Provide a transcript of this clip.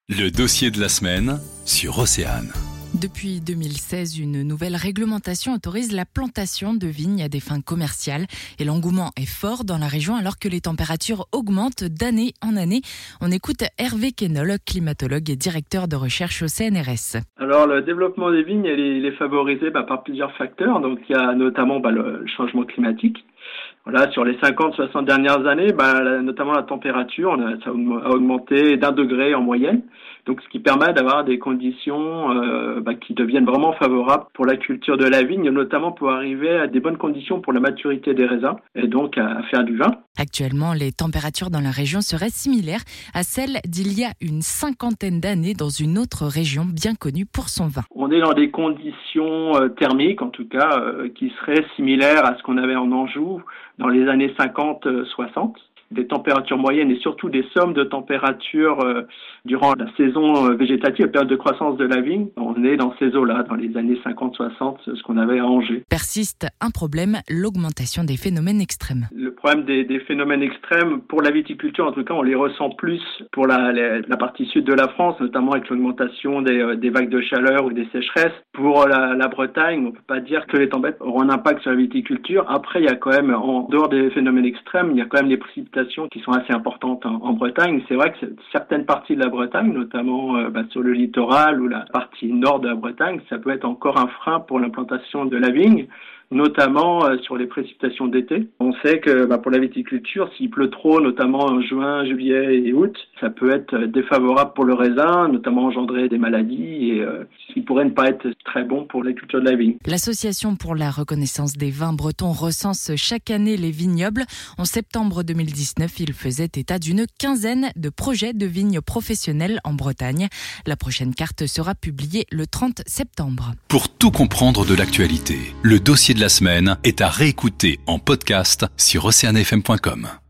Le dossier de la semaine sur Océane. Depuis 2016, une nouvelle réglementation autorise la plantation de vignes à des fins commerciales et l'engouement est fort dans la région alors que les températures augmentent d'année en année. On écoute Hervé Quénol, climatologue et directeur de recherche au CNRS. Alors le développement des vignes, il est favorisé par plusieurs facteurs. Donc il y a notamment le changement climatique. Voilà, sur les 50-60 dernières années, notamment la température, ça a augmenté d'1 degré en moyenne. Donc, ce qui permet d'avoir des conditions qui deviennent vraiment favorables pour la culture de la vigne, notamment pour arriver à des bonnes conditions pour la maturité des raisins et donc à faire du vin. Actuellement, les températures dans la région seraient similaires à celles d'il y a une 50aine d'années dans une autre région bien connue pour son vin. On est dans des conditions thermiques, en tout cas, qui seraient similaires à ce qu'on avait en Anjou dans les années 50-60. Des températures moyennes et surtout des sommes de température durant la saison végétative, la période de croissance de la vigne. On est dans ces eaux-là, dans les années 50-60, ce qu'on avait à Angers. Persiste un problème, l'augmentation des phénomènes extrêmes. Le problème des phénomènes extrêmes, pour la viticulture en tout cas, on les ressent plus pour la partie sud de la France, notamment avec l'augmentation des vagues de chaleur ou des sécheresses. Pour la Bretagne, on ne peut pas dire que les tempêtes auront un impact sur la viticulture. Après, il y a quand même, en dehors des phénomènes extrêmes, il y a quand même les précipitations qui sont assez importantes en Bretagne. C'est vrai que certaines parties de la Bretagne, notamment sur le littoral ou la partie nord de la Bretagne, ça peut être encore un frein pour l'implantation de la vigne, notamment sur les précipitations d'été. On sait que pour la viticulture, s'il pleut trop, notamment en juin, juillet et août, ça peut être défavorable pour le raisin, notamment engendrer des maladies et ce qui pourrait ne pas être très bon pour la culture de la vigne. L'Association pour la reconnaissance des vins bretons recense chaque année les vignobles. En septembre 2019, il faisait état d'une quinzaine de projets de vignes professionnelles en Bretagne. La prochaine carte sera publiée le 30 septembre. Pour tout comprendre de l'actualité, le dossier de la semaine est à réécouter en podcast sur oceanfm.com.